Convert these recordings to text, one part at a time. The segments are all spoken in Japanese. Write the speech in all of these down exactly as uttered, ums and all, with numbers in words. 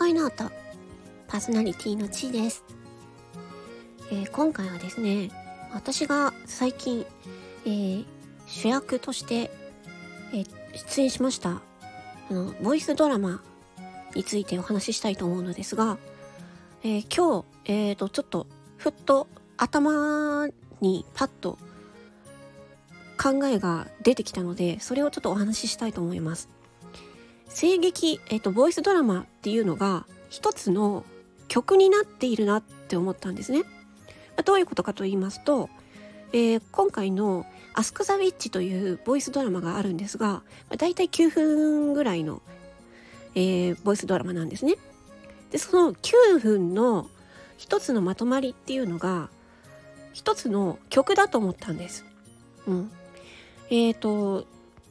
イナータパーソナリティのちーです、えー、今回はですね、私が最近、えー、主役として、えー、出演しましたあのボイスドラマについてお話ししたいと思うのですが、えー、今日、えーと、ちょっとふっと頭にパッと考えが出てきたので、それをちょっとお話ししたいと思います。声劇、えーと、ボイスドラマっていうのが一つの曲になっているなって思ったんですね。どういうことかと言いますと、えー、今回のアスク・ザ・ウィッチというボイスドラマがあるんですが、だいたいきゅうふんぐらいの、えー、ボイスドラマなんですね。で、そのきゅうふんの一つのまとまりっていうのが一つの曲だと思ったんです。うん。えーと、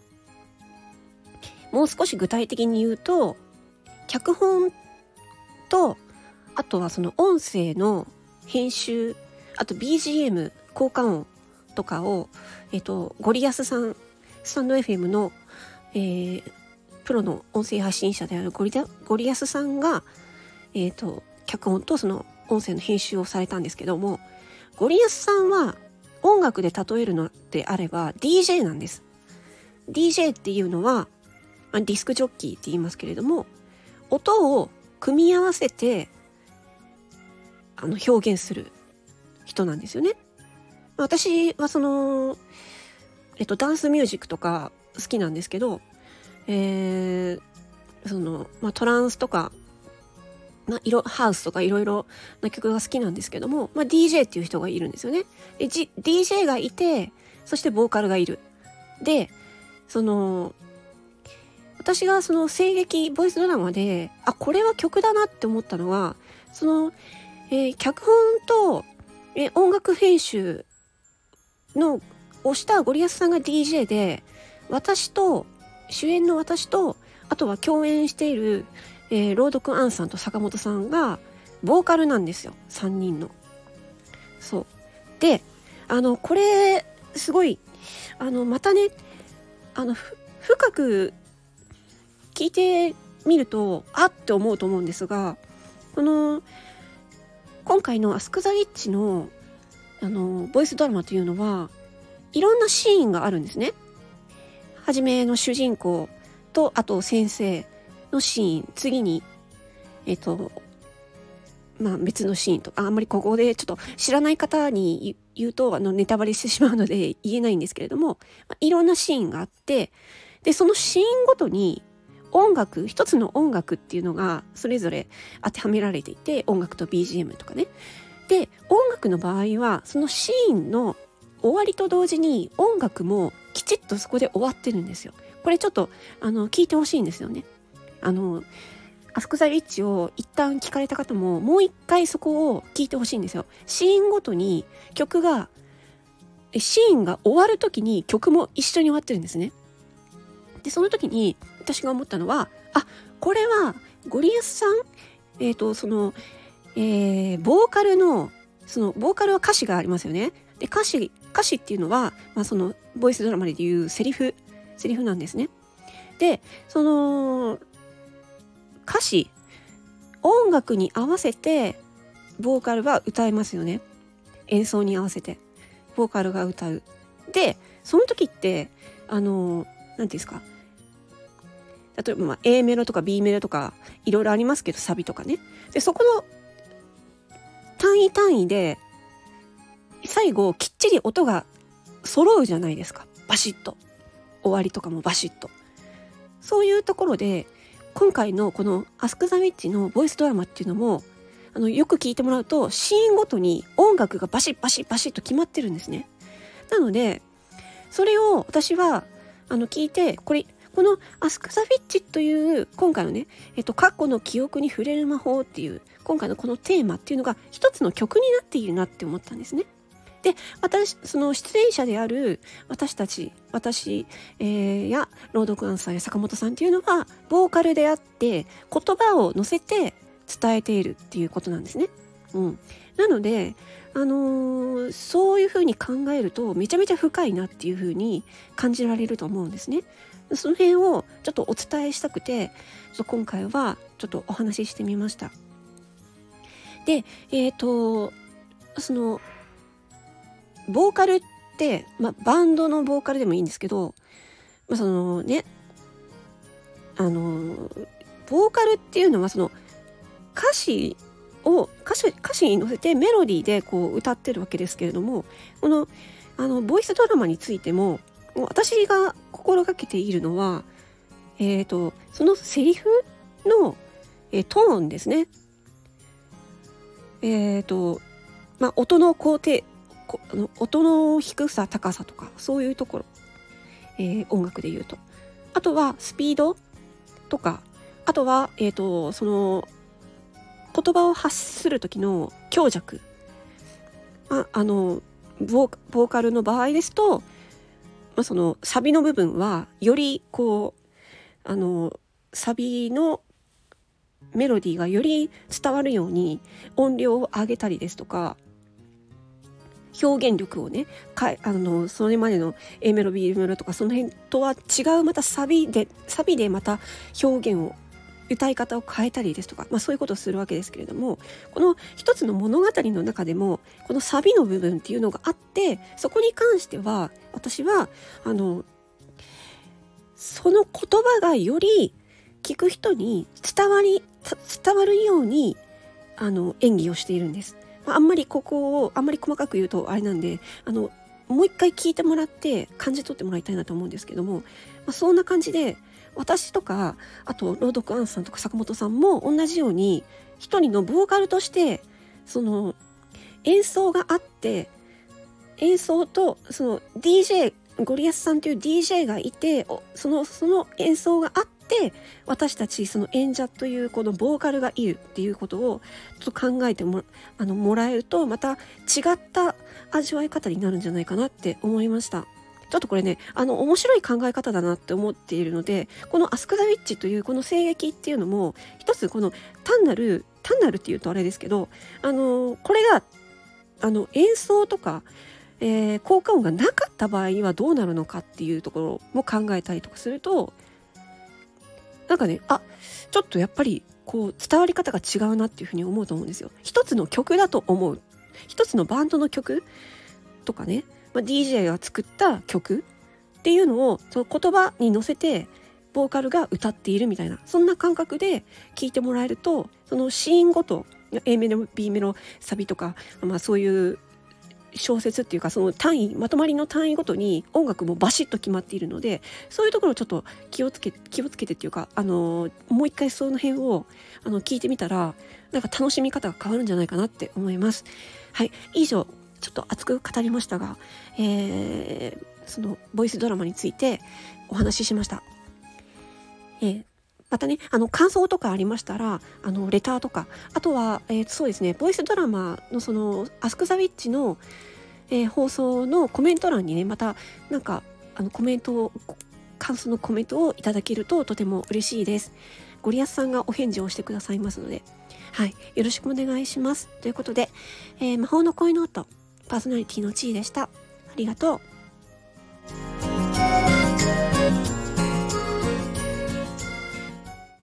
もう少し具体的に言うと、脚本と、あとはその音声の編集、あと ビージーエム、効果音とかを、えっと、ゴリアスさん、スタンド エフエム の、えー、プロの音声配信者であるゴリダゴリアスさんが、えっと、脚本とその音声の編集をされたんですけども、ゴリアスさんは音楽で例えるのであれば ディージェー なんです。ディージェー っていうのは、ディスクジョッキーって言いますけれども、音を組み合わせてあの表現する人なんですよね。私はその、えっと、ダンスミュージックとか好きなんですけど、えー、その、まあ、トランスとかな色ハウスとかいろいろな曲が好きなんですけども、まあ、ディージェー っていう人がいるんですよね。で、G、ディージェー がいて、そしてボーカルがいる。で、その私がその声劇ボイスドラマで、あ、これは曲だなって思ったのは、その、えー、脚本と、えー、音楽編集のをしたゴリアスさんが ディージェー で、私と主演の私と、あとは共演している、えー、朗読アンさんと坂本さんがボーカルなんですよ。さんにんの。そうで、あのこれすごいあのまたね、あの深く聞いてみるとあって思うと思うんですが、この今回のアスク・ザ・ウィッチのあのボイスドラマというのはいろんなシーンがあるんですね。はじめの主人公と、あと先生のシーン、次にえっとまあ別のシーンとか、あんまりここでちょっと知らない方に言うとあのネタバレしてしまうので言えないんですけれども、まあ、いろんなシーンがあって、でそのシーンごとに音楽、一つの音楽っていうのがそれぞれ当てはめられていて、音楽と ビージーエム とかね。で、音楽の場合はそのシーンの終わりと同時に音楽もきちっとそこで終わってるんですよ。これちょっとあの聞いてほしいんですよね。あのアスク・ザ・ウィッチを一旦聞かれた方ももう一回そこを聞いてほしいんですよ。シーンごとに曲が、シーンが終わる時に曲も一緒に終わってるんですね。で、その時に私が思ったのは、あ、これはゴリアスさん、えっと、その、えー、ボーカルの、その、ボーカルは歌詞がありますよね。で、歌詞、歌詞っていうのは、まあ、その、ボイスドラマでいうセリフ、セリフなんですね。で、その、歌詞、音楽に合わせて、ボーカルは歌いますよね。演奏に合わせて、ボーカルが歌う。で、その時って、あの、なんていうんですか、例えば、まあ、A メロとか B メロとかいろいろありますけど、サビとかね。で、そこの単位単位で最後きっちり音が揃うじゃないですか。バシッと。終わりとかもバシッと。そういうところで今回のこのアスク・ザ・ウィッチのボイスドラマっていうのも、あのよく聞いてもらうとシーンごとに音楽がバシッバシッバシッと決まってるんですね。なのでそれを私はあの聞いて、これこのアスク・ザ・フィッチという今回のね、えっと、過去の記憶に触れる魔法っていう今回のこのテーマっていうのが一つの曲になっているなって思ったんですね。で、私、その出演者である私たち、私、えー、や朗読アンさんや坂本さんっていうのはボーカルであって言葉を乗せて伝えているっていうことなんですね。うん。 なので、あのー、そういうふうに考えるとめちゃめちゃ深いなっていうふうに感じられると思うんですね。その辺をちょっとお伝えしたくて、ちょっと今回はちょっとお話ししてみました。で、えっと、その、ボーカルって、まあ、バンドのボーカルでもいいんですけど、まあ、そのね、あの、ボーカルっていうのはその歌詞を歌詞、歌詞に乗せてメロディーでこう歌ってるわけですけれども、この、あの、ボイスドラマについても、私が心がけているのは、えっと、そのセリフの、えー、トーンですね。えっと、まあ、音の高低、こあの音の低さ、高さとか、そういうところ、えー、音楽で言うと。あとはスピードとか、あとは、えっと、その、言葉を発する時の強弱。あ、あの、ボー、ボーカルの場合ですと、まあ、そのサビの部分はよりこうあのサビのメロディーがより伝わるように音量を上げたりですとか、表現力をねかあのそれまでの A メロ B メロとかその辺とは違うまたサビでサビでまた表現を歌い方を変えたりですとか、まあ、そういうことをするわけですけれども、この一つの物語の中でもこのサビの部分っていうのがあって、そこに関しては私はあのその言葉がより聞く人に伝わり伝わるようにあの演技をしているんです。まあ、あんまりここをあんまり細かく言うとあれなんで、あのもう一回聞いてもらって感じ取ってもらいたいなと思うんですけども、まあ、そんな感じで私とかあと朗読アンさんとか坂本さんも同じように一人のボーカルとしてその演奏があって、演奏とその ディージェー ゴリアスさんという ディージェー がいて、そのその演奏があって私たちその演者というこのボーカルがいるっていうことをちょっと考えてもあのもらえるとまた違った味わい方になるんじゃないかなって思いました。ちょっとこれね、あの面白い考え方だなって思っているので、このアスク・ザ・ウィッチというこの声劇っていうのも一つこの単なる単なるっていうとあれですけど、あのこれがあの演奏とか、えー、効果音がなかった場合はどうなるのかっていうところも考えたりとかすると、なんかね、あ、ちょっとやっぱりこう伝わり方が違うなっていうふうに思うと思うんですよ。一つの曲だと思う、一つのバンドの曲とかね、まあ、ディージェー が作った曲っていうのをその言葉に乗せてボーカルが歌っているみたいな、そんな感覚で聴いてもらえると、そのシーンごと A メロ B メロサビとか、まあ、そういう小説っていうかその単位まとまりの単位ごとに音楽もバシッと決まっているので、そういうところをちょっと気をつけ気をつけてっていうか、あのもう一回その辺をあの聞いてみたらなんか楽しみ方が変わるんじゃないかなって思います。はい、以上ちょっと熱く語りましたが、えー、そのボイスドラマについてお話ししました。えーまたね、あの感想とかありましたら、あのレターとか、あとは、えー、そうですね、ボイスドラマのそのアスクザウィッチの、えー、放送のコメント欄にね、またなんかあのコメントを感想のコメントをいただけるととても嬉しいです。ゴリアスさんがお返事をしてくださいますので、はい、よろしくお願いします。ということで、えー、魔法の恋の音パーソナリティのちいでした。ありがとう。